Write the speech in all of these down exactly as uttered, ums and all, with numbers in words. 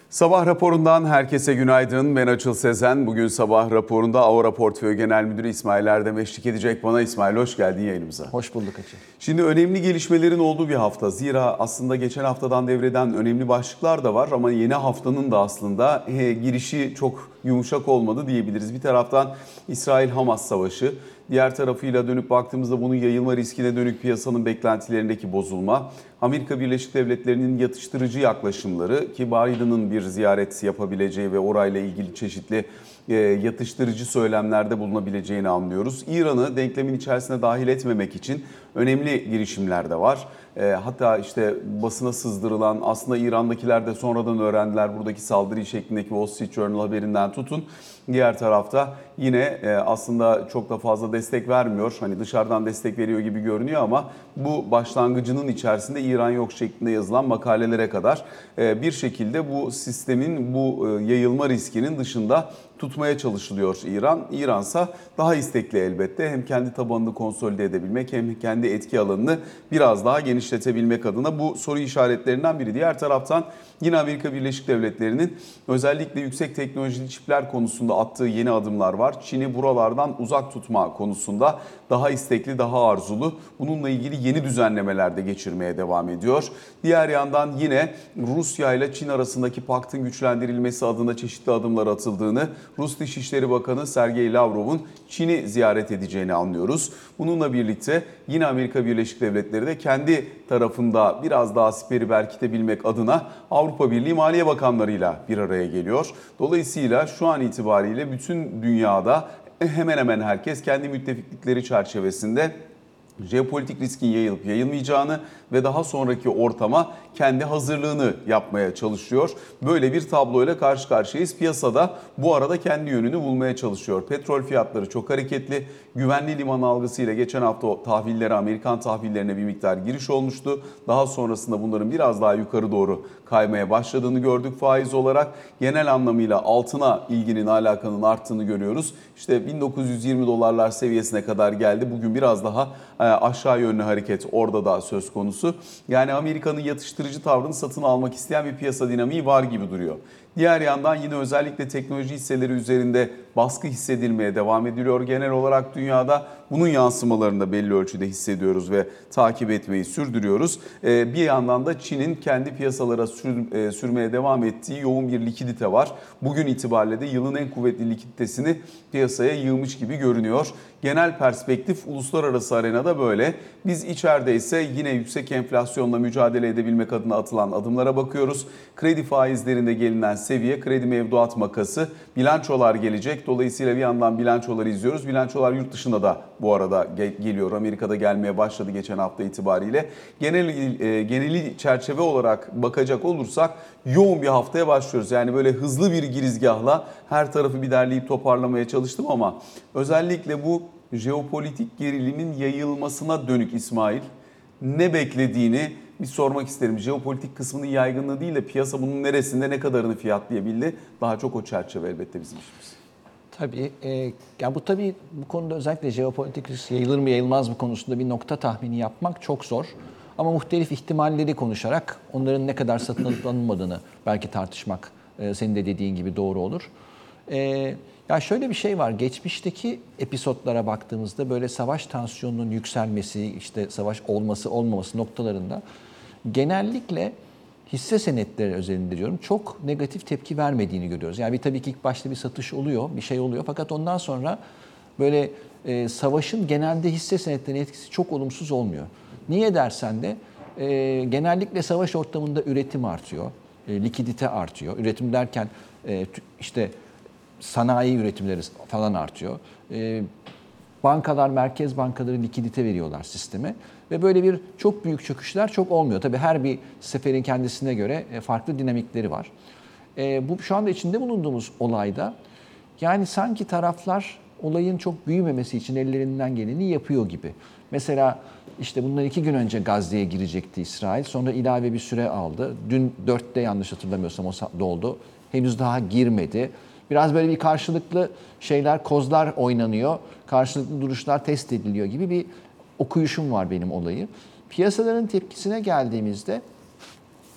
Sabah raporundan herkese günaydın. Ben Açıl Sezen. Bugün sabah raporunda Aura Portföy Genel Müdürü İsmail Erdem eşlik edecek bana. İsmail, hoş geldin yayınımıza. Hoş bulduk Açıl. Şimdi önemli gelişmelerin olduğu bir hafta. Zira aslında geçen haftadan devreden önemli başlıklar da var ama yeni haftanın da aslında he, girişi çok yumuşak olmadı diyebiliriz. Bir taraftan İsrail-Hamas savaşı, diğer tarafıyla dönüp baktığımızda bunun yayılma riskine dönük piyasanın beklentilerindeki bozulma, Amerika Birleşik Devletleri'nin yatıştırıcı yaklaşımları ki Biden'ın bir ziyaret yapabileceği ve orayla ilgili çeşitli yatıştırıcı söylemlerde bulunabileceğini anlıyoruz. İran'ı denklemin içerisine dahil etmemek için önemli girişimler de var. Hatta işte basına sızdırılan, aslında İran'dakiler de sonradan öğrendiler buradaki saldırı şeklindeki Wall Street Journal haberinden tutun. Diğer tarafta yine aslında çok da fazla destek vermiyor. Hani dışarıdan destek veriyor gibi görünüyor ama bu başlangıcının içerisinde İran yok şeklinde yazılan makalelere kadar bir şekilde bu sistemin, bu yayılma riskinin dışında tutmaya çalışılıyor İran. İransa daha istekli elbette, hem kendi tabanını konsolide edebilmek hem kendi etki alanını biraz daha genişletebilmek adına bu soru işaretlerinden biri. Diğer taraftan yine Amerika Birleşik Devletleri'nin özellikle yüksek teknolojili çipler konusunda attığı yeni adımlar var. Çin'i buralardan uzak tutma konusunda daha istekli, daha arzulu. Bununla ilgili yeni düzenlemeler de geçirmeye devam ediyor. Diğer yandan yine Rusya ile Çin arasındaki paktın güçlendirilmesi adına çeşitli adımlar atıldığını, Rus Dışişleri Bakanı Sergey Lavrov'un Çin'i ziyaret edeceğini anlıyoruz. Bununla birlikte yine Amerika Birleşik Devletleri de kendi tarafında biraz daha siperi berkitebilmek adına Avrupa Birliği Maliye Bakanlarıyla bir araya geliyor. Dolayısıyla şu an itibariyle bütün dünyada hemen hemen herkes kendi müttefiklikleri çerçevesinde jeopolitik riskin yayılıp yayılmayacağını ve daha sonraki ortama kendi hazırlığını yapmaya çalışıyor. Böyle bir tabloyla karşı karşıyayız. Piyasada bu arada kendi yönünü bulmaya çalışıyor. Petrol fiyatları çok hareketli. Güvenli liman algısıyla geçen hafta tahvilleri, Amerikan tahvillerine bir miktar giriş olmuştu. Daha sonrasında bunların biraz daha yukarı doğru kaymaya başladığını gördük faiz olarak. Genel anlamıyla altına ilginin, alakanın arttığını görüyoruz. İşte bin dokuz yüz yirmi dolarlar seviyesine kadar geldi. Bugün biraz daha aşağı yönlü hareket orada da söz konusu. Yani Amerika'nın yatıştırıcı tavrını satın almak isteyen bir piyasa dinamiği var gibi duruyor. Diğer yandan yine özellikle teknoloji hisseleri üzerinde baskı hissedilmeye devam ediliyor. Genel olarak dünyada bunun yansımalarını da belli ölçüde hissediyoruz ve takip etmeyi sürdürüyoruz. Bir yandan da Çin'in kendi piyasalara sür, sürmeye devam ettiği yoğun bir likidite var. Bugün itibariyle de yılın en kuvvetli likiditesini piyasaya yığmış gibi görünüyor. Genel perspektif uluslararası arenada böyle. Biz içeride ise yine yüksek enflasyonla mücadele edebilmek adına atılan adımlara bakıyoruz. Kredi faizlerinde gelinen seviye, kredi mevduat makası, bilançolar gelecek. Dolayısıyla bir yandan bilançoları izliyoruz. Bilançolar yurt dışında da bu arada geliyor. Amerika'da gelmeye başladı geçen hafta itibariyle. Genel e, geneli çerçeve olarak bakacak olursak yoğun bir haftaya başlıyoruz. Yani böyle hızlı bir girizgahla her tarafı bir derleyip toparlamaya çalıştım ama özellikle bu jeopolitik gerilimin yayılmasına dönük İsmail ne beklediğini bir sormak isterim. Jeopolitik kısmının yaygınlığı değil de piyasa bunun neresinde ne kadarını fiyatlayabildi? Daha çok o çerçeve elbette bizim işimiz. Tabii. E, yani bu tabii bu konuda özellikle jeopolitik risk yayılır mı yayılmaz mı konusunda bir nokta tahmini yapmak çok zor. Ama muhtelif ihtimalleri konuşarak onların ne kadar satın alıp alınmadığını belki tartışmak e, senin de dediğin gibi doğru olur. E, ya şöyle bir şey var. Geçmişteki episodlara baktığımızda böyle savaş tansiyonunun yükselmesi, işte savaş olması olmaması noktalarında genellikle hisse senetleri özelinde diyorum çok negatif tepki vermediğini görüyoruz. Yani bir tabii ki ilk başta bir satış oluyor, bir şey oluyor fakat ondan sonra böyle e, savaşın genelde hisse senetlerine etkisi çok olumsuz olmuyor. Niye dersen de e, genellikle savaş ortamında üretim artıyor, e, likidite artıyor. Üretim derken e, işte sanayi üretimleri falan artıyor. E, bankalar, merkez bankaları likidite veriyorlar sisteme. Ve böyle bir çok büyük çöküşler çok olmuyor. Tabii her bir seferin kendisine göre farklı dinamikleri var. E, bu şu anda içinde bulunduğumuz olayda yani sanki taraflar olayın çok büyümemesi için ellerinden geleni yapıyor gibi. Mesela işte bundan iki gün önce Gazze'ye girecekti İsrail. Sonra ilave bir süre aldı. Dün dörtte yanlış hatırlamıyorsam o doldu. Henüz daha girmedi. Biraz böyle bir karşılıklı şeyler, kozlar oynanıyor. Karşılıklı duruşlar test ediliyor gibi bir okuyuşum var benim olayı. Piyasaların tepkisine geldiğimizde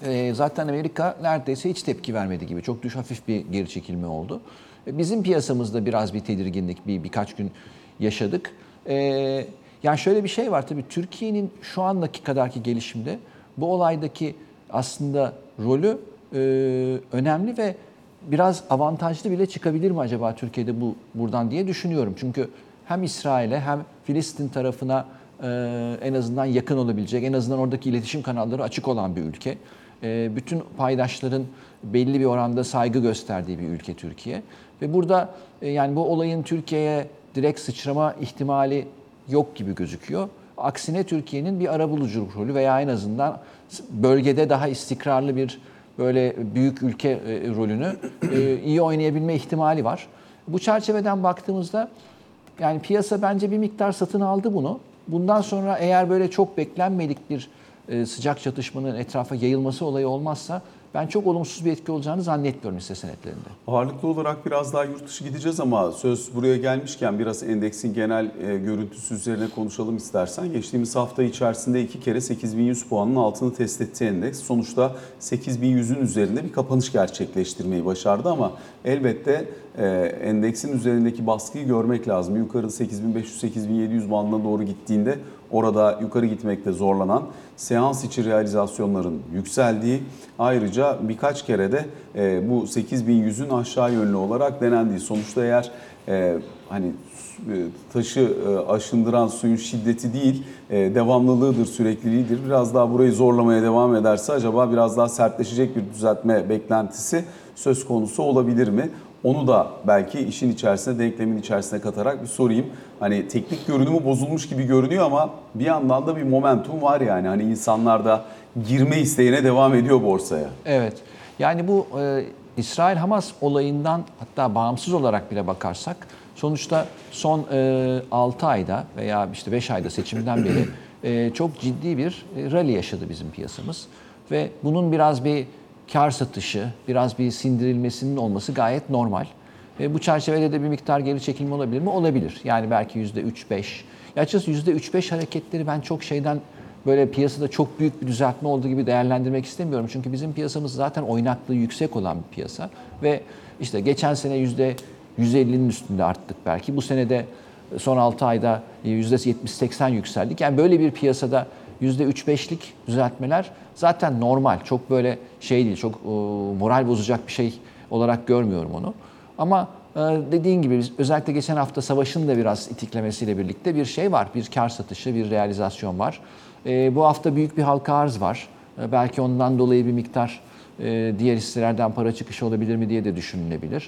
E, zaten Amerika neredeyse hiç tepki vermedi gibi. Çok düş hafif bir geri çekilme oldu. E, bizim piyasamızda biraz bir tedirginlik bir birkaç gün yaşadık. E, yani şöyle bir şey var tabii, Türkiye'nin şu andaki kadarki gelişimde bu olaydaki aslında rolü e, önemli ve biraz avantajlı bile çıkabilir mi acaba Türkiye'de bu buradan diye düşünüyorum. Çünkü hem İsrail'e hem Filistin tarafına e, en azından yakın olabilecek, en azından oradaki iletişim kanalları açık olan bir ülke. E, bütün paydaşların belli bir oranda saygı gösterdiği bir ülke Türkiye. Ve burada e, yani bu olayın Türkiye'ye direkt sıçrama ihtimali yok gibi gözüküyor. Aksine Türkiye'nin bir arabuluculuk rolü veya en azından bölgede daha istikrarlı bir böyle büyük ülke e, rolünü e, iyi oynayabilme ihtimali var. Bu çerçeveden baktığımızda yani piyasa bence bir miktar satın aldı bunu. Bundan sonra eğer böyle çok beklenmedik bir e, sıcak çatışmanın etrafa yayılması olayı olmazsa ben çok olumsuz bir etki olacağını zannetmiyorum hisse senetlerinde. Ağırlıklı olarak biraz daha yurt dışı gideceğiz ama söz buraya gelmişken biraz endeksin genel e, görüntüsü üzerine konuşalım istersen. Geçtiğimiz hafta içerisinde iki kere sekiz bin yüz puanın altını test etti endeks. Sonuçta sekiz bin yüzün üzerinde bir kapanış gerçekleştirmeyi başardı ama elbette e, endeksin üzerindeki baskıyı görmek lazım. Yukarıda sekiz bin beş yüz sekiz bin yedi yüz bandına doğru gittiğinde orada yukarı gitmekte zorlanan seans içi realizasyonların yükseldiği, ayrıca birkaç kere de e, bu sekiz bin yüzün aşağı yönlü olarak denendiği. Sonuçta eğer e, hani e, taşı e, aşındıran suyun şiddeti değil, e, devamlılığıdır, sürekliliğidir. Biraz daha burayı zorlamaya devam ederse acaba biraz daha sertleşecek bir düzeltme beklentisi söz konusu olabilir mi? Onu da belki işin içerisine, denklemin içerisine katarak bir sorayım. Hani teknik görünümü bozulmuş gibi görünüyor ama bir yandan da bir momentum var yani. Hani insanlar da girme isteğine devam ediyor borsaya. Evet. Yani bu e, İsrail-Hamas olayından hatta bağımsız olarak bile bakarsak sonuçta son e, altı ayda veya işte beş ayda seçimden beri e, çok ciddi bir rally yaşadı bizim piyasamız. Ve bunun biraz bir kar satışı, biraz bir sindirilmesinin olması gayet normal. E, bu çerçevede de bir miktar geri çekilme olabilir mi? Olabilir. Yani belki yüzde üç beş. Ya açıkçası yüzde üç beş hareketleri ben çok şeyden böyle piyasada çok büyük bir düzeltme olduğu gibi değerlendirmek istemiyorum. Çünkü bizim piyasamız zaten oynaklığı yüksek olan bir piyasa. Ve işte geçen sene yüzde yüz ellinin üstünde arttık belki. Bu sene de son altı ayda yüzde yetmiş seksen yükseldik. Yani böyle bir piyasada yüzde üç beşlik düzeltmeler zaten normal. Çok böyle şey değil, çok moral bozacak bir şey olarak görmüyorum onu. Ama dediğin gibi özellikle geçen hafta savaşın da biraz itiklemesiyle birlikte bir şey var. Bir kar satışı, bir realizasyon var. Bu hafta büyük bir halka arz var. Belki ondan dolayı bir miktar diğer hisselerden para çıkışı olabilir mi diye de düşünülebilir.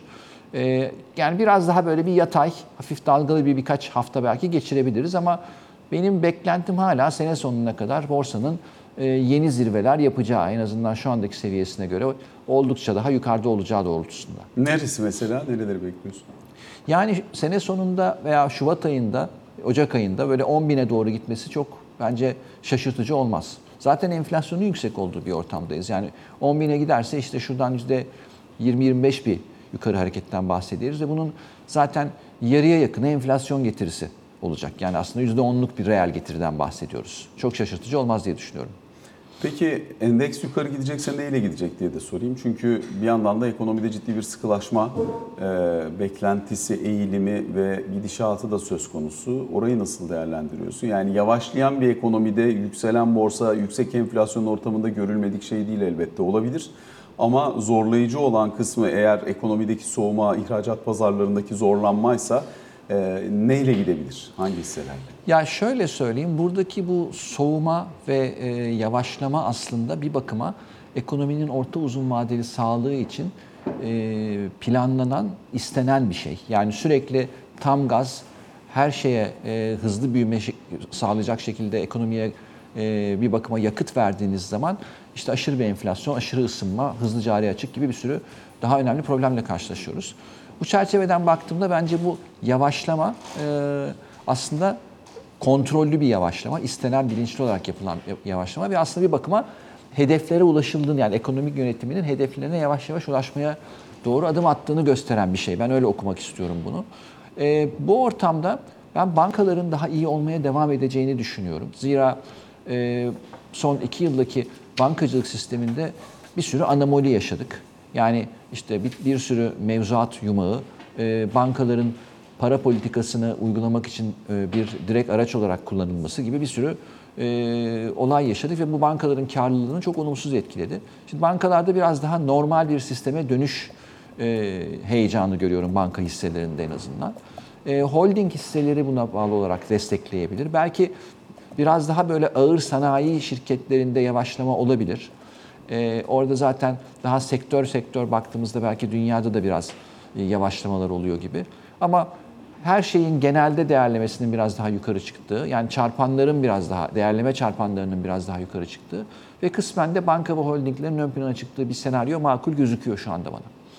Yani biraz daha böyle bir yatay, hafif dalgalı bir birkaç hafta belki geçirebiliriz ama benim beklentim hala sene sonuna kadar borsanın yeni zirveler yapacağı, en azından şu andaki seviyesine göre oldukça daha yukarıda olacağı doğrultusunda. Neresi mesela? Nereleri bekliyorsun? Yani sene sonunda veya Şubat ayında, Ocak ayında böyle on bine doğru gitmesi çok bence şaşırtıcı olmaz. Zaten enflasyonun yüksek olduğu bir ortamdayız. Yani on bine giderse işte şuradan yüzde yirmi yirmi beş bir yukarı hareketten bahsediyoruz ve bunun zaten yarıya yakını enflasyon getirisi olacak. Yani aslında yüzde onluk bir reel getiriden bahsediyoruz. Çok şaşırtıcı olmaz diye düşünüyorum. Peki endeks yukarı gidecekse neyle gidecek diye de sorayım. Çünkü bir yandan da ekonomide ciddi bir sıkılaşma e, beklentisi, eğilimi ve gidişatı da söz konusu. Orayı nasıl değerlendiriyorsun? Yani yavaşlayan bir ekonomide yükselen borsa, yüksek enflasyon ortamında görülmedik şey değil elbette, olabilir. Ama zorlayıcı olan kısmı eğer ekonomideki soğuma, ihracat pazarlarındaki zorlanmaysa e, neyle gidebilir? Hangi hisselerle? Ya şöyle söyleyeyim, buradaki bu soğuma ve e, yavaşlama aslında bir bakıma ekonominin orta uzun vadeli sağlığı için e, planlanan, istenen bir şey. Yani sürekli tam gaz, her şeye e, hızlı büyüme sağlayacak şekilde ekonomiye e, bir bakıma yakıt verdiğiniz zaman işte aşırı bir enflasyon, aşırı ısınma, hızlı cari açık gibi bir sürü daha önemli problemle karşılaşıyoruz. Bu çerçeveden baktığımda bence bu yavaşlama e, aslında kontrollü bir yavaşlama, istenen bilinçli olarak yapılan yavaşlama ve aslında bir bakıma hedeflere ulaşıldığını, yani ekonomik yönetiminin hedeflerine yavaş yavaş ulaşmaya doğru adım attığını gösteren bir şey. Ben öyle okumak istiyorum bunu. E, bu ortamda ben bankaların daha iyi olmaya devam edeceğini düşünüyorum. Zira e, son iki yıldaki bankacılık sisteminde bir sürü anomali yaşadık. Yani işte bir, bir sürü mevzuat yumağı, e, bankaların para politikasını uygulamak için e, bir direkt araç olarak kullanılması gibi bir sürü e, olay yaşadık ve bu bankaların karlılığını çok olumsuz etkiledi. Şimdi bankalarda biraz daha normal bir sisteme dönüş e, heyecanı görüyorum banka hisselerinde en azından. E, holding hisseleri buna bağlı olarak destekleyebilir. Belki biraz daha böyle ağır sanayi şirketlerinde yavaşlama olabilir. Ee, orada zaten daha sektör sektör baktığımızda belki dünyada da biraz e, yavaşlamalar oluyor gibi. Ama her şeyin genelde değerlemesinin biraz daha yukarı çıktığı, yani çarpanların biraz daha, değerleme çarpanlarının biraz daha yukarı çıktığı ve kısmen de banka ve holdinglerin ön plana çıktığı bir senaryo makul gözüküyor şu anda bana.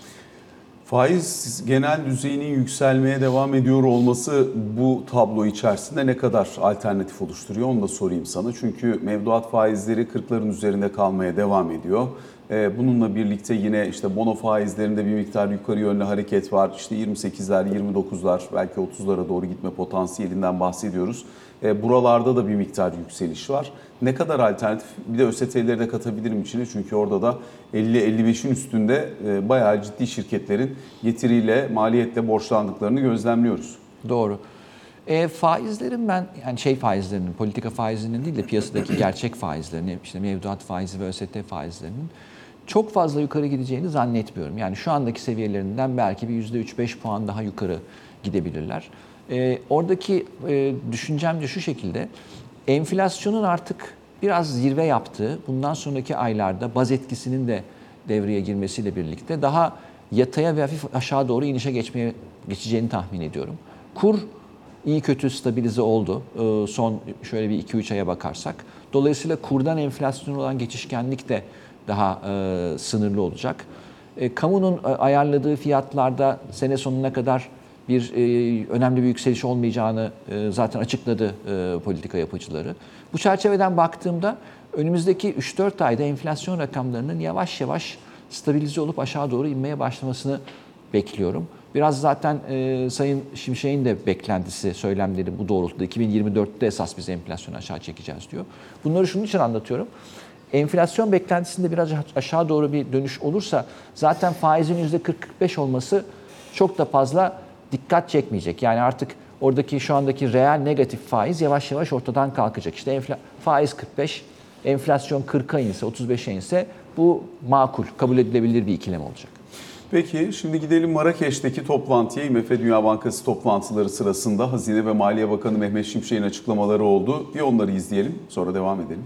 Faiz genel düzeyinin yükselmeye devam ediyor olması bu tablo içerisinde ne kadar alternatif oluşturuyor onu da sorayım sana. Çünkü mevduat faizleri kırkların üzerinde kalmaya devam ediyor. Bununla birlikte yine işte bono faizlerinde bir miktar yukarı yönlü hareket var. İşte yirmi sekizler, yirmi dokuzlar belki otuzlara doğru gitme potansiyelinden bahsediyoruz. Buralarda da bir miktar yükseliş var. Ne kadar alternatif? Bir de ÖST'leri de katabilirim içine. Çünkü orada da elli elli beşin üstünde bayağı ciddi şirketlerin getiriyle, maliyetle borçlandıklarını gözlemliyoruz. Doğru. E, faizlerin ben, yani şey faizlerinin, politika faizlerinin değil de piyasadaki gerçek faizlerinin, işte mevduat faizi ve ÖST faizlerinin çok fazla yukarı gideceğini zannetmiyorum. Yani şu andaki seviyelerinden belki bir yüzde üç beş puan daha yukarı gidebilirler. E, oradaki e, düşüncem de şu şekilde, enflasyonun artık biraz zirve yaptığı, bundan sonraki aylarda baz etkisinin de devreye girmesiyle birlikte daha yataya ve hafif aşağı doğru inişe geçmeye geçeceğini tahmin ediyorum. Kur iyi kötü stabilize oldu. Ee, son şöyle bir iki üç aya bakarsak. Dolayısıyla kurdan enflasyona olan geçişkenlik de daha e, sınırlı olacak. E, kamunun ayarladığı fiyatlarda sene sonuna kadar bir e, önemli bir yükseliş olmayacağını e, zaten açıkladı e, politika yapıcıları. Bu çerçeveden baktığımda önümüzdeki üç dört ayda enflasyon rakamlarının yavaş yavaş stabilize olup aşağı doğru inmeye başlamasını bekliyorum. Biraz zaten e, Sayın Şimşek'in de beklentisi, söylemleri bu doğrultuda. iki bin yirmi dörtte esas biz enflasyonu aşağı çekeceğiz diyor. Bunları şunun için anlatıyorum. Enflasyon beklentisinde biraz aşağı doğru bir dönüş olursa zaten faizin yüzde kırk kırk beş olması çok da fazla dikkat çekmeyecek. Yani artık oradaki şu andaki reel negatif faiz yavaş yavaş ortadan kalkacak. İşte enfla, faiz kırk beş, enflasyon kırka inse, otuz beşe inse bu makul, kabul edilebilir bir ikilem olacak. Peki şimdi gidelim Marrakeş'teki toplantıya. I M F Dünya Bankası toplantıları sırasında Hazine ve Maliye Bakanı Mehmet Şimşek'in açıklamaları oldu. Bir onları izleyelim, sonra devam edelim.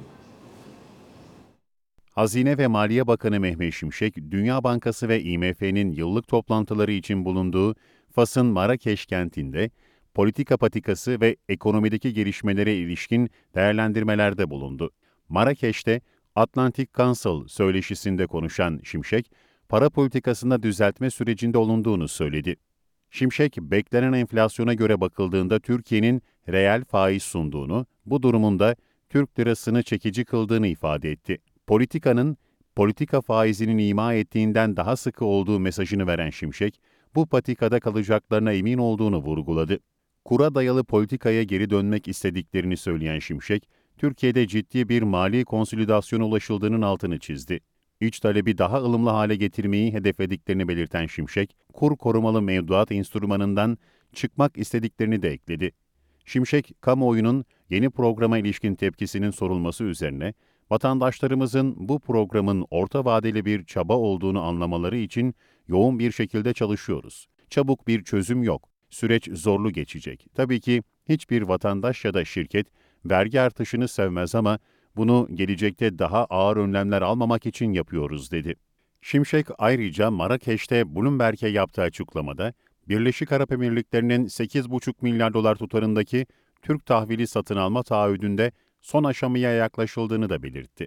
Hazine ve Maliye Bakanı Mehmet Şimşek, Dünya Bankası ve I M F'nin yıllık toplantıları için bulunduğu Fas'ın Marrakeş kentinde politika patikası ve ekonomideki gelişmelere ilişkin değerlendirmelerde bulundu. Marrakeş'te Atlantic Council söyleşisinde konuşan Şimşek, para politikasında düzeltme sürecinde olunduğunu söyledi. Şimşek, beklenen enflasyona göre bakıldığında Türkiye'nin reel faiz sunduğunu, bu durumunda Türk lirasını çekici kıldığını ifade etti. Politikanın, politika faizinin ima ettiğinden daha sıkı olduğu mesajını veren Şimşek, bu patikada kalacaklarına emin olduğunu vurguladı. Kura dayalı politikaya geri dönmek istediklerini söyleyen Şimşek, Türkiye'de ciddi bir mali konsolidasyona ulaşıldığının altını çizdi. İç talebi daha ılımlı hale getirmeyi hedeflediklerini belirten Şimşek, kur korumalı mevduat enstrümanından çıkmak istediklerini de ekledi. Şimşek, kamuoyunun yeni programa ilişkin tepkisinin sorulması üzerine, vatandaşlarımızın bu programın orta vadeli bir çaba olduğunu anlamaları için yoğun bir şekilde çalışıyoruz. Çabuk bir çözüm yok. Süreç zorlu geçecek. Tabii ki hiçbir vatandaş ya da şirket vergi artışını sevmez ama bunu gelecekte daha ağır önlemler almamak için yapıyoruz, dedi. Şimşek ayrıca Marrakeş'te Bloomberg'e yaptığı açıklamada, Birleşik Arap Emirlikleri'nin sekiz buçuk milyar dolar tutarındaki Türk tahvili satın alma taahhüdünde son aşamaya yaklaşıldığını da belirtti.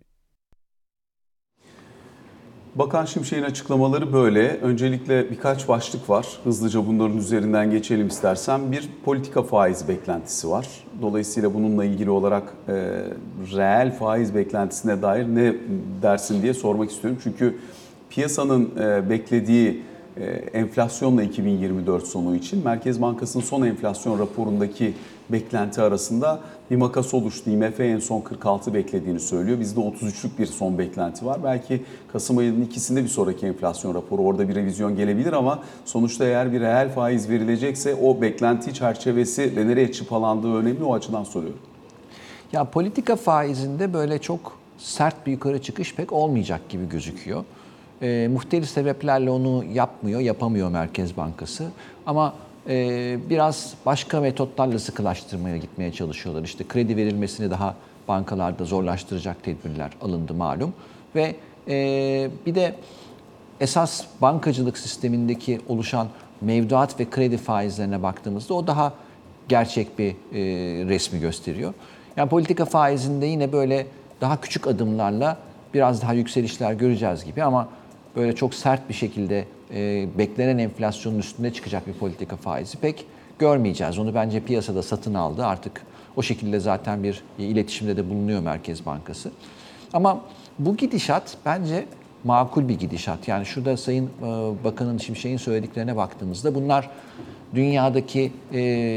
Bakan Şimşek'in açıklamaları böyle. Öncelikle birkaç başlık var. Hızlıca bunların üzerinden geçelim istersen. Bir, politika faiz beklentisi var. Dolayısıyla bununla ilgili olarak e, reel faiz beklentisine dair ne dersin diye sormak istiyorum. Çünkü piyasanın e, beklediği enflasyonla iki bin yirmi dört sonu için Merkez Bankası'nın son enflasyon raporundaki beklenti arasında bir makas oluştu. I M F en son kırk altı beklediğini söylüyor. Bizde otuz üçlük bir son beklenti var. Belki Kasım ayının ikisinde bir sonraki enflasyon raporu, orada bir revizyon gelebilir ama sonuçta eğer bir reel faiz verilecekse o beklenti çerçevesi ve nereye çıpalandığı önemli, o açıdan soruyorum. Ya politika faizinde böyle çok sert bir yukarı çıkış pek olmayacak gibi gözüküyor. E, muhtelif sebeplerle onu yapmıyor, yapamıyor Merkez Bankası. Ama e, biraz başka metotlarla sıkılaştırmaya gitmeye çalışıyorlar. İşte kredi verilmesini daha bankalarda zorlaştıracak tedbirler alındı malum. Ve e, bir de esas bankacılık sistemindeki oluşan mevduat ve kredi faizlerine baktığımızda o daha gerçek bir e, resmi gösteriyor. Yani politika faizinde yine böyle daha küçük adımlarla biraz daha yükselişler göreceğiz gibi ama böyle çok sert bir şekilde e, beklenen enflasyonun üstünde çıkacak bir politika faizi pek görmeyeceğiz. Onu bence piyasada satın aldı. Artık o şekilde zaten bir iletişimde de bulunuyor Merkez Bankası. Ama bu gidişat bence makul bir gidişat. Yani şurada Sayın e, Bakan'ın Şimşek'in söylediklerine baktığımızda bunlar dünyadaki e,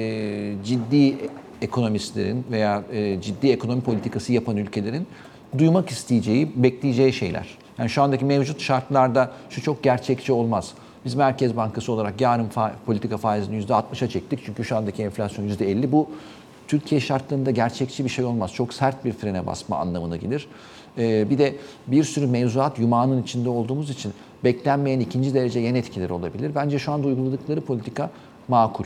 ciddi ekonomistlerin veya e, ciddi ekonomi politikası yapan ülkelerin duymak isteyeceği, bekleyeceği şeyler. Yani şu andaki mevcut şartlarda şu çok gerçekçi olmaz. Biz Merkez Bankası olarak yarın fa- politika faizini yüzde altmışa çektik çünkü şu andaki enflasyon yüzde elli. Bu Türkiye şartlarında gerçekçi bir şey olmaz. Çok sert bir frene basma anlamına gelir. Ee, bir de bir sürü mevzuat yumağının içinde olduğumuz için beklenmeyen ikinci derece yan etkileri olabilir. Bence şu anda uyguladıkları politika makul.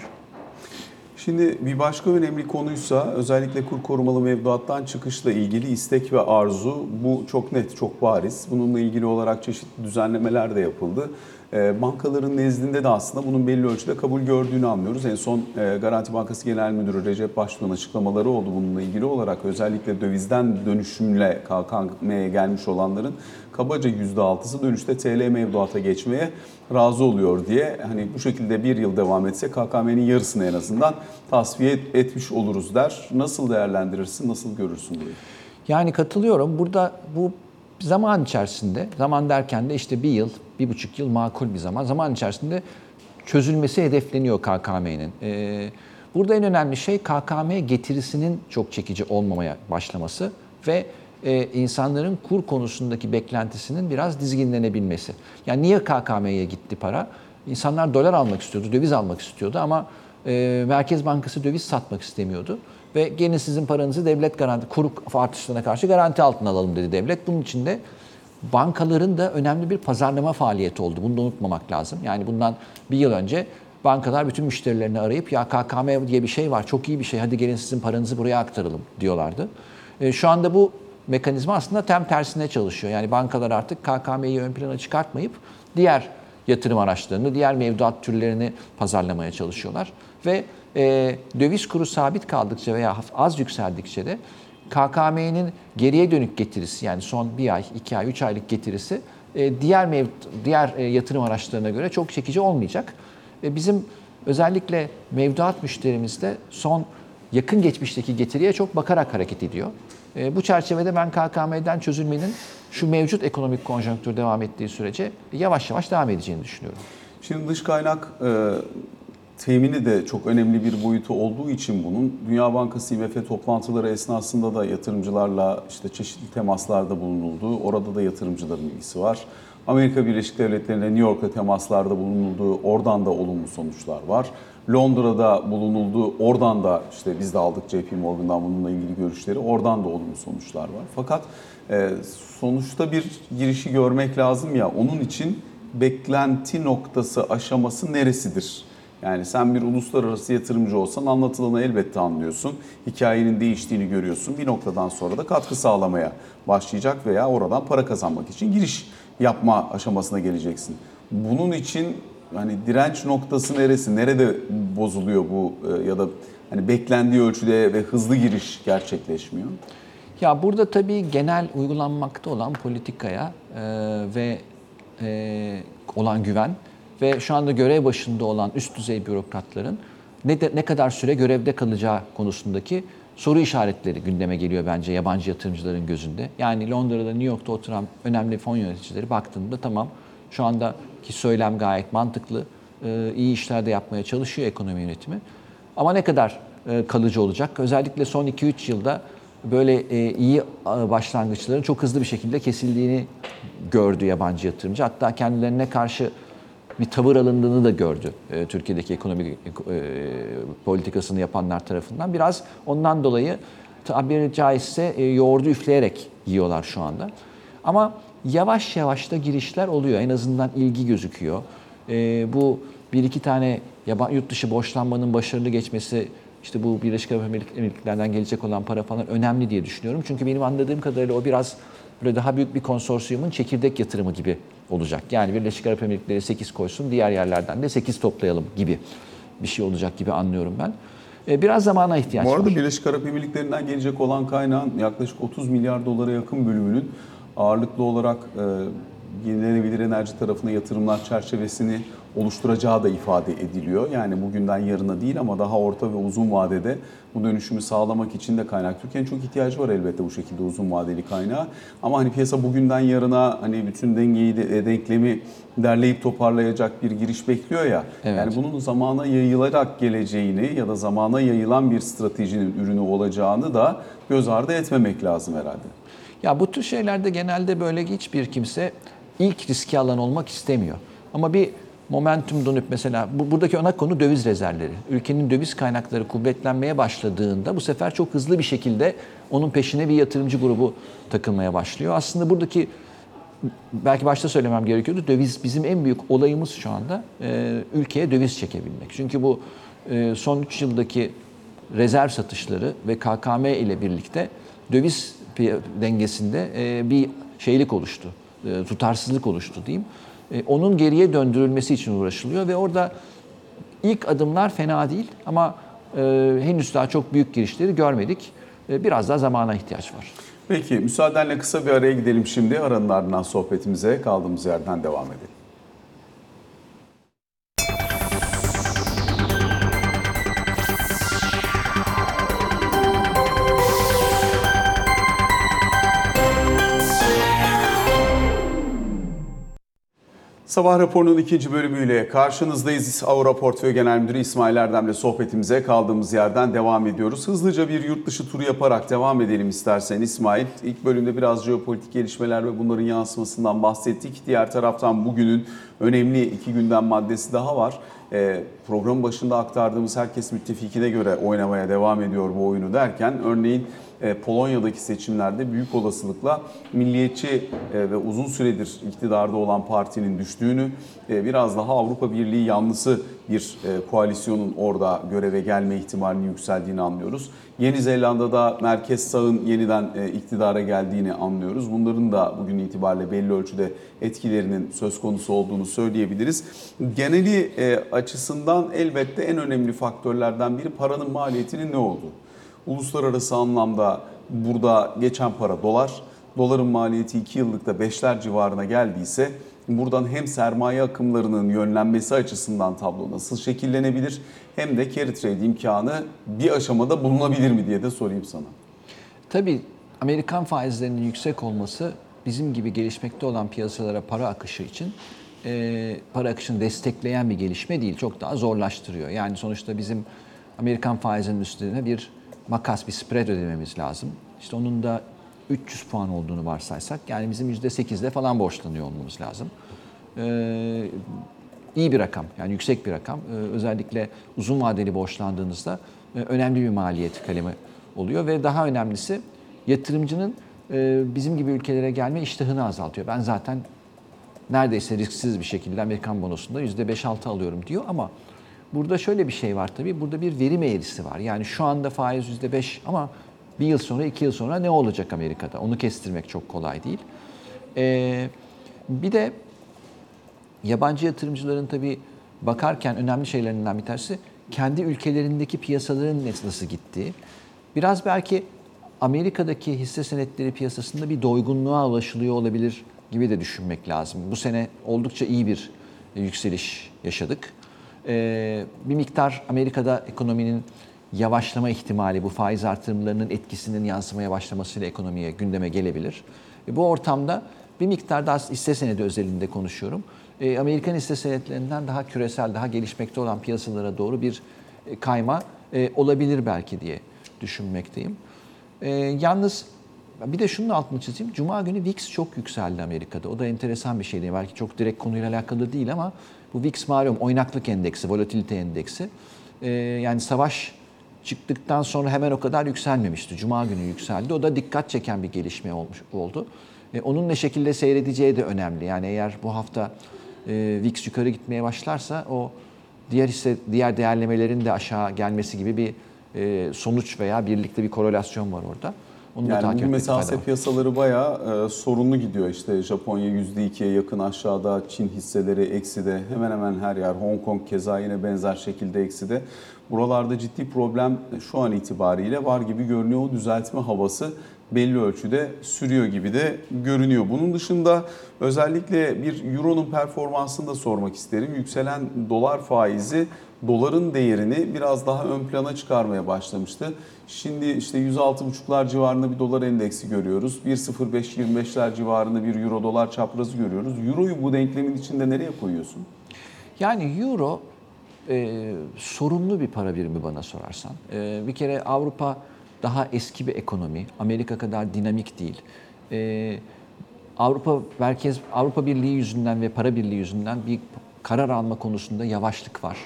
Şimdi bir başka önemli konuysa özellikle kur korumalı mevduattan çıkışla ilgili istek ve arzu. Bu çok net, çok bariz. Bununla ilgili olarak çeşitli düzenlemeler de yapıldı. Bankaların nezdinde de aslında bunun belli ölçüde kabul gördüğünü anlıyoruz. En son Garanti Bankası Genel Müdürü Recep Başbuğ'un açıklamaları oldu bununla ilgili olarak. Özellikle dövizden dönüşümle K K M'ye gelmiş olanların kabaca yüzde altısı dönüşte T L mevduata geçmeye razı oluyor diye. Hani bu şekilde bir yıl devam etse K K M'nin yarısını en azından tasfiye etmiş oluruz der. Nasıl değerlendirirsin, nasıl görürsün burayı? Yani katılıyorum. Burada bu zaman içerisinde, zaman derken de işte bir yıl, bir buçuk yıl makul bir zaman. Zaman içerisinde çözülmesi hedefleniyor K K M'nin. Ee, burada en önemli şey K K M getirisinin çok çekici olmamaya başlaması ve e, insanların kur konusundaki beklentisinin biraz dizginlenebilmesi. Yani niye K K M'ye gitti para? İnsanlar dolar almak istiyordu, döviz almak istiyordu ama e, Merkez Bankası döviz satmak istemiyordu. Ve gelin sizin paranızı devlet garanti, kur artışlarına karşı garanti altına alalım dedi devlet. Bunun için de bankaların da önemli bir pazarlama faaliyeti oldu. Bunu da unutmamak lazım. Yani bundan bir yıl önce bankalar bütün müşterilerini arayıp ya K K M diye bir şey var, çok iyi bir şey, hadi gelin sizin paranızı buraya aktaralım diyorlardı. E, şu anda bu mekanizma aslında tam tersine çalışıyor. Yani bankalar artık K K M'yi ön plana çıkartmayıp diğer yatırım araçlarını, diğer mevduat türlerini pazarlamaya çalışıyorlar. Ve e, döviz kuru sabit kaldıkça veya az yükseldikçe de K K M'nin geriye dönük getirisi, yani son bir ay, iki ay, üç aylık getirisi e, diğer mev, diğer e, yatırım araçlarına göre çok çekici olmayacak. E, bizim özellikle mevduat müşterimiz de son yakın geçmişteki getiriye çok bakarak hareket ediyor. E, bu çerçevede ben K K M'den çözülmenin şu mevcut ekonomik konjonktür devam ettiği sürece yavaş yavaş devam edeceğini düşünüyorum. Şimdi dış kaynak e, temini de çok önemli bir boyutu olduğu için bunun Dünya Bankası I M F toplantıları esnasında da yatırımcılarla işte çeşitli temaslarda bulunulduğu, orada da yatırımcıların ilgisi var. Amerika Birleşik Devletleri'nde New York'ta temaslarda bulunulduğu, oradan da olumlu sonuçlar var. Londra'da bulunulduğu, oradan da işte biz de aldık J P Morgan'dan bununla ilgili görüşleri, oradan da olumlu sonuçlar var. Fakat e, sonuçta bir girişi görmek lazım ya, onun için beklenti noktası aşaması neresidir? Yani sen bir uluslararası yatırımcı olsan anlatılanı elbette anlıyorsun. Hikayenin değiştiğini görüyorsun. Bir noktadan sonra da katkı sağlamaya başlayacak veya oradan para kazanmak için giriş yapma aşamasına geleceksin. Bunun için hani direnç noktası neresi? Nerede bozuluyor bu ya da hani beklendiği ölçüde ve hızlı giriş gerçekleşmiyor? Ya burada tabii genel uygulanmakta olan politikaya e, ve e, olan güven ve şu anda görev başında olan üst düzey bürokratların ne, de, ne kadar süre görevde kalacağı konusundaki soru işaretleri gündeme geliyor bence yabancı yatırımcıların gözünde. Yani Londra'da, New York'ta oturan önemli fon yöneticileri baktığında tamam Şu andaki söylem gayet mantıklı. E, iyi işler de yapmaya çalışıyor ekonomi yönetimi. Ama ne kadar e, kalıcı olacak? Özellikle son iki üç yılda böyle e, iyi e, başlangıçların çok hızlı bir şekilde kesildiğini gördü yabancı yatırımcı. Hatta kendilerine karşı bir tavır alındığını da gördü e, Türkiye'deki ekonomi e, politikasını yapanlar tarafından. Biraz ondan dolayı tabiri caizse e, yoğurdu üfleyerek yiyorlar şu anda. Ama yavaş yavaş da girişler oluyor. En azından ilgi gözüküyor. E, bu bir iki tane yabancı yurt dışı borçlanmanın başarılı geçmesi, işte bu Birleşik Arap Emirlikleri'nden gelecek olan para falan önemli diye düşünüyorum. Çünkü benim anladığım kadarıyla o biraz böyle daha büyük bir konsorsiyumun çekirdek yatırımı gibi olacak. Yani Birleşik Arap Emirlikleri sekiz koysun, diğer yerlerden de sekiz toplayalım gibi bir şey olacak gibi anlıyorum ben. Biraz zamana ihtiyaç var. Bu arada var. Birleşik Arap Emirlikleri'nden gelecek olan kaynağın yaklaşık otuz milyar dolara yakın bölümünün ağırlıklı olarak e, yenilenebilir enerji tarafına yatırımlar çerçevesini oluşturacağı da ifade ediliyor. Yani bugünden yarına değil ama daha orta ve uzun vadede bu dönüşümü sağlamak için de kaynak. Türkiye'nin çok ihtiyacı var elbette bu şekilde uzun vadeli kaynağa. Ama hani piyasa bugünden yarına hani bütün dengeyi de, denklemi derleyip toparlayacak bir giriş bekliyor ya. Evet. Yani bunun zamana yayılarak geleceğini ya da zamana yayılan bir stratejinin ürünü olacağını da göz ardı etmemek lazım herhalde. Ya bu tür şeylerde genelde böyle hiçbir kimse ilk riski alan olmak istemiyor. Ama bir momentum dönüp mesela bu, buradaki ana konu döviz rezervleri. Ülkenin döviz kaynakları kuvvetlenmeye başladığında bu sefer çok hızlı bir şekilde onun peşine bir yatırımcı grubu takılmaya başlıyor. Aslında buradaki belki başta söylemem gerekiyordu. Döviz bizim en büyük olayımız şu anda e, ülkeye döviz çekebilmek. Çünkü bu e, son üç yıldaki rezerv satışları ve K K M ile birlikte döviz dengesinde e, bir şeylik oluştu. E, tutarsızlık oluştu diyeyim. E, onun geriye döndürülmesi için uğraşılıyor ve orada ilk adımlar fena değil ama e, henüz daha çok büyük girişleri görmedik. E, biraz daha zamana ihtiyaç var. Peki müsaadenle kısa bir araya gidelim şimdi. Aranın ardından sohbetimize kaldığımız yerden devam edelim. Sabah raporunun ikinci bölümüyle karşınızdayız. Aura Portföy Genel Müdürü İsmail Erdem'le sohbetimize kaldığımız yerden devam ediyoruz. Hızlıca bir yurt dışı turu yaparak devam edelim istersen İsmail. İlk bölümde biraz jeopolitik gelişmeler ve bunların yansımasından bahsettik. Diğer taraftan bugünün önemli iki gündem maddesi daha var. E, programın başında aktardığımız herkes müttefikine göre oynamaya devam ediyor bu oyunu derken örneğin Polonya'daki seçimlerde büyük olasılıkla milliyetçi ve uzun süredir iktidarda olan partinin düştüğünü, biraz daha Avrupa Birliği yanlısı bir koalisyonun orada göreve gelme ihtimalinin yükseldiğini anlıyoruz. Yeni Zelanda'da merkez sağın yeniden iktidara geldiğini anlıyoruz. Bunların da bugün itibariyle belli ölçüde etkilerinin söz konusu olduğunu söyleyebiliriz. Geneli açısından elbette en önemli faktörlerden biri paranın maliyetinin ne olduğu. Uluslararası anlamda burada geçen para dolar. Doların maliyeti iki yıllıkta beşler civarına geldiyse buradan hem sermaye akımlarının yönlenmesi açısından tablo nasıl şekillenebilir hem de carry trade imkanı bir aşamada bulunabilir mi diye de sorayım sana. Tabii Amerikan faizlerinin yüksek olması bizim gibi gelişmekte olan piyasalara para akışı için e, para akışını destekleyen bir gelişme değil. Çok daha zorlaştırıyor. Yani sonuçta bizim Amerikan faizinin üstüne bir makas, bir spread ödememiz lazım. İşte onun da üç yüz puan olduğunu varsaysak, yani bizim yüzde sekizle falan borçlanıyor olmamız lazım. Ee, iyi bir rakam, yani yüksek bir rakam. Ee, özellikle uzun vadeli borçlandığınızda e, önemli bir maliyet kalemi oluyor ve daha önemlisi yatırımcının e, bizim gibi ülkelere gelme iştahını azaltıyor. Ben zaten neredeyse risksiz bir şekilde Amerikan bonosunda yüzde beş altı alıyorum diyor ama burada şöyle bir şey var tabii, burada bir verim eğrisi var. Yani şu anda faiz yüzde beş ama bir yıl sonra, iki yıl sonra ne olacak Amerika'da? Onu kestirmek çok kolay değil. Ee, bir de yabancı yatırımcıların tabii bakarken önemli şeylerinden bir tanesi kendi ülkelerindeki piyasaların nasıl gittiği. Biraz belki Amerika'daki hisse senetleri piyasasında bir doygunluğa ulaşılıyor olabilir gibi de düşünmek lazım. Bu sene oldukça iyi bir yükseliş yaşadık. Ee, bir miktar Amerika'da ekonominin yavaşlama ihtimali, bu faiz artırımlarının etkisinin yansımaya başlamasıyla ekonomiye, gündeme gelebilir. E, bu ortamda bir miktar daha hisse senedi özelinde konuşuyorum. E, Amerikan hisse senetlerinden daha küresel, daha gelişmekte olan piyasalara doğru bir e, kayma e, olabilir belki diye düşünmekteyim. E, yalnız bir de şunun altını çizeyim. Cuma günü V I X çok yükseldi Amerika'da. O da enteresan bir şeydi. Belki çok direkt konuyla alakalı değil ama bu V I X malum oynaklık endeksi, volatilite endeksi. E, yani savaş çıktıktan sonra hemen o kadar yükselmemişti. Cuma günü yükseldi. O da dikkat çeken bir gelişme olmuş oldu. E, onun ne şekilde seyredeceği de önemli. Yani eğer bu hafta e, V I X yukarı gitmeye başlarsa o diğer hisse, diğer değerlemelerin de aşağı gelmesi gibi bir e, sonuç veya birlikte bir korelasyon var orada. Onu da Yani takip bugün etmekte mesela fayda Asya var. piyasaları bayağı e, sorunlu gidiyor. İşte Japonya yüzde ikiye yakın aşağıda, Çin hisseleri ekside, hemen hemen her yer. Hong Kong keza yine benzer şekilde ekside. Buralarda ciddi problem şu an itibariyle var gibi görünüyor. O düzeltme havası belli ölçüde sürüyor gibi de görünüyor. Bunun dışında özellikle bir Euro'nun performansını da sormak isterim. Yükselen dolar faizi doların değerini biraz daha ön plana çıkarmaya başlamıştı. Şimdi işte yüz altı buçuklar civarında bir dolar endeksi görüyoruz. bir nokta sıfır beş yirmi beşler civarında bir euro dolar çaprazı görüyoruz. Euro'yu bu denklemin içinde nereye koyuyorsun? Yani euro e, sorunlu bir para birimi bana sorarsan. E, bir kere Avrupa daha eski bir ekonomi. Amerika kadar dinamik değil. E, Avrupa Merkez Avrupa Birliği yüzünden ve para birliği yüzünden bir karar alma konusunda yavaşlık var.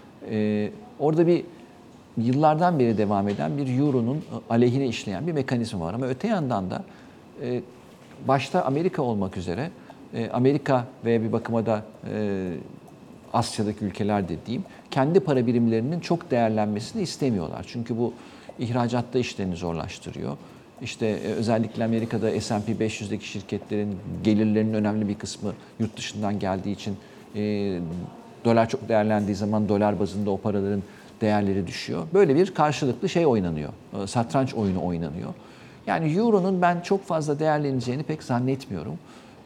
E, orada bir yıllardan beri devam eden bir euronun aleyhine işleyen bir mekanizma var. Ama öte yandan da e, başta Amerika olmak üzere e, Amerika ve bir bakıma da e, Asya'daki ülkeler dediğim kendi para birimlerinin çok değerlenmesini istemiyorlar. Çünkü bu ihracatta işlerini zorlaştırıyor. İşte e, özellikle Amerika'da S and P beş yüzdeki şirketlerin gelirlerinin önemli bir kısmı yurt dışından geldiği için e, dolar çok değerlendiği zaman dolar bazında o paraların değerleri düşüyor. Böyle bir karşılıklı şey oynanıyor. Satranç oyunu oynanıyor. Yani Euro'nun ben çok fazla değerleneceğini pek zannetmiyorum.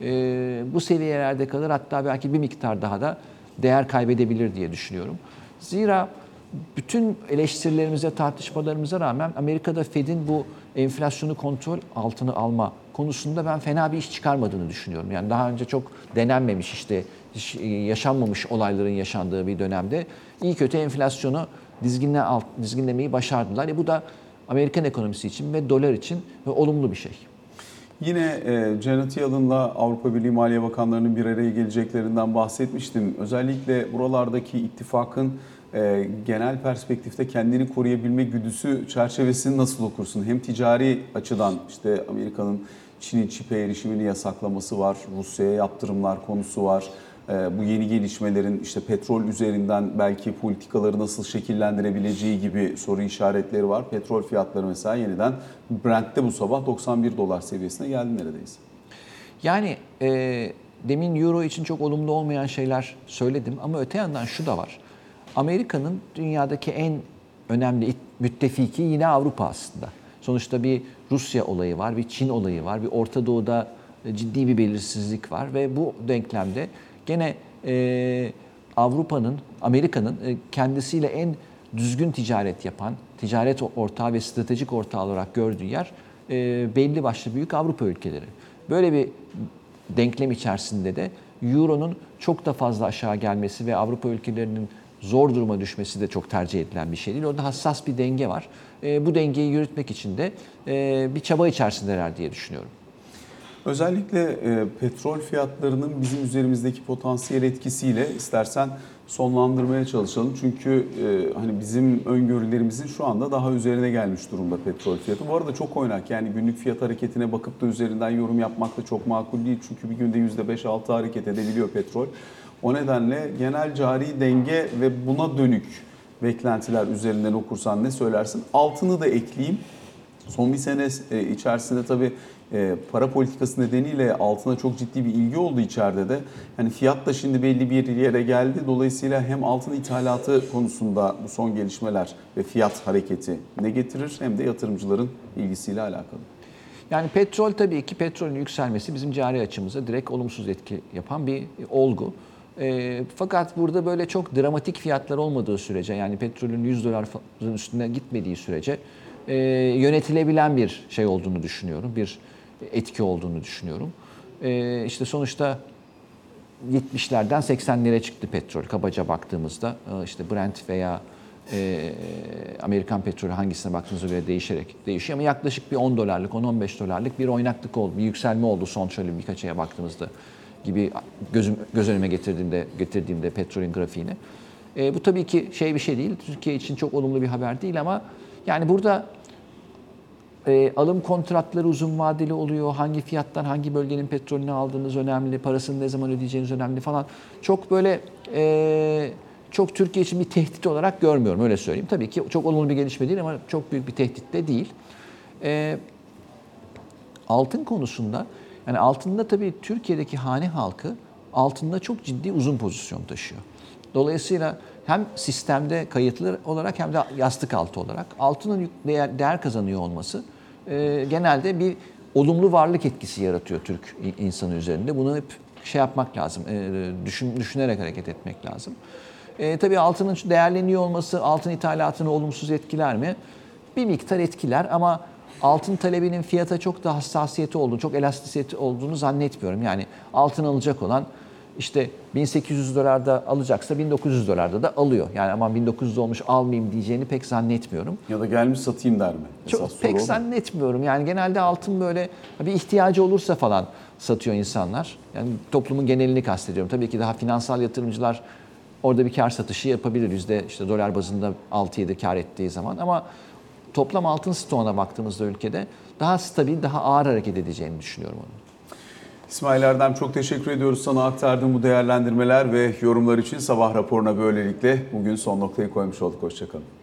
Ee, bu seviyelerde kalır, hatta belki bir miktar daha da değer kaybedebilir diye düşünüyorum. Zira bütün eleştirilerimize, tartışmalarımıza rağmen Amerika'da Fed'in bu enflasyonu kontrol altına alma konusunda ben fena bir iş çıkarmadığını düşünüyorum. Yani daha önce çok denenmemiş, işte hiç yaşanmamış olayların yaşandığı bir dönemde iyi kötü enflasyonu dizginle alt, dizginlemeyi başardılar. E bu da Amerikan ekonomisi için ve dolar için ve olumlu bir şey. Yine e, Janet Yellen'la Avrupa Birliği Maliye Bakanlarının bir araya geleceklerinden bahsetmiştim. Özellikle buralardaki ittifakın e, genel perspektifte kendini koruyabilme güdüsü çerçevesini nasıl okursun? Hem ticari açıdan işte Amerika'nın Çin'in çipe erişimini yasaklaması var, Rusya'ya yaptırımlar konusu var. Bu yeni gelişmelerin işte petrol üzerinden belki politikaları nasıl şekillendirebileceği gibi soru işaretleri var. Petrol fiyatları mesela yeniden Brent'te bu sabah doksan bir dolar seviyesine geldi neredeyse. Yani e, demin Euro için çok olumlu olmayan şeyler söyledim ama öte yandan şu da var. Amerika'nın dünyadaki en önemli müttefiki yine Avrupa aslında. Sonuçta bir Rusya olayı var, bir Çin olayı var, bir Orta Doğu'da ciddi bir belirsizlik var ve bu denklemde gene e, Avrupa'nın, Amerika'nın e, kendisiyle en düzgün ticaret yapan, ticaret ortağı ve stratejik ortağı olarak gördüğü yer e, belli başlı büyük Avrupa ülkeleri. Böyle bir denklem içerisinde de Euro'nun çok da fazla aşağı gelmesi ve Avrupa ülkelerinin zor duruma düşmesi de çok tercih edilen bir şey değil. Orada hassas bir denge var. E, bu dengeyi yürütmek için de e, bir çaba içerisindeler diye düşünüyorum. Özellikle e, petrol fiyatlarının bizim üzerimizdeki potansiyel etkisiyle istersen sonlandırmaya çalışalım. Çünkü e, hani bizim öngörülerimizin şu anda daha üzerine gelmiş durumda petrol fiyatı. Bu arada çok oynak, yani günlük fiyat hareketine bakıp da üzerinden yorum yapmak da çok makul değil. Çünkü bir günde yüzde beş altı hareket edebiliyor petrol. O nedenle genel cari denge ve buna dönük beklentiler üzerinden okursan ne söylersin? Altını da ekleyeyim. Son bir sene içerisinde tabii para politikası nedeniyle altına çok ciddi bir ilgi oldu içeride de. Yani fiyat da şimdi belli bir yere geldi. Dolayısıyla hem altın ithalatı konusunda bu son gelişmeler ve fiyat hareketi ne getirir hem de yatırımcıların ilgisiyle alakalı. Yani petrol, tabii ki petrolün yükselmesi bizim cari açımıza direkt olumsuz etki yapan bir olgu. E, fakat burada böyle çok dramatik fiyatlar olmadığı sürece, yani petrolün yüz doların üstüne gitmediği sürece e, yönetilebilen bir şey olduğunu düşünüyorum. Bir etki olduğunu düşünüyorum. E, işte sonuçta yetmişlerden seksenlere çıktı petrol kabaca baktığımızda. E, işte Brent veya e, Amerikan petrolü hangisine baktığınıza göre değişerek değişiyor. Ama yaklaşık bir on dolarlık, on on beş dolarlık bir oynaklık oldu. Bir yükselme oldu son şöyle birkaç aya baktığımızda gibi gözüm, göz önüme getirdiğimde, getirdiğimde petrolün grafiğini. E, bu tabii ki şey bir şey değil. Türkiye için çok olumlu bir haber değil ama yani burada e, alım kontratları uzun vadeli oluyor. Hangi fiyattan hangi bölgenin petrolünü aldığınız önemli. Parasını ne zaman ödeyeceğiniz önemli falan. Çok böyle e, çok Türkiye için bir tehdit olarak görmüyorum öyle söyleyeyim. Tabii ki çok olumlu bir gelişme değil ama çok büyük bir tehdit de değil. E, altın konusunda yani altında tabii Türkiye'deki hane halkı altında çok ciddi uzun pozisyon taşıyor. Dolayısıyla hem sistemde kayıtlı olarak hem de yastık altı olarak altının değer, değer kazanıyor olması e, genelde bir olumlu varlık etkisi yaratıyor Türk insanı üzerinde. Bunu hep şey yapmak lazım, e, düşün, düşünerek hareket etmek lazım. E, tabii altının değerleniyor olması altın ithalatını olumsuz etkiler mi? Bir miktar etkiler ama altın talebinin fiyata çok da hassasiyeti olduğunu, çok elastisiyeti olduğunu zannetmiyorum. Yani altın alacak olan işte bin sekiz yüz dolarda alacaksa bin dokuz yüz dolarda da alıyor. Yani aman bin dokuz yüz olmuş almayayım diyeceğini pek zannetmiyorum. Ya da gelmiş satayım der mi? Çok Esas pek soru o. zannetmiyorum. Yani genelde altın böyle bir ihtiyacı olursa falan satıyor insanlar. Yani toplumun genelini kastediyorum. Tabii ki daha finansal yatırımcılar orada bir kar satışı yapabilir. Yüzde işte dolar bazında altı yedi kar ettiği zaman ama toplam altın stoğuna baktığımızda ülkede daha stabil, daha ağır hareket edeceğini düşünüyorum onu. İsmail Erdem çok teşekkür ediyoruz sana aktardığın bu değerlendirmeler ve yorumlar için. Sabah raporuna böylelikle bugün son noktayı koymuş olduk. Hoşçakalın.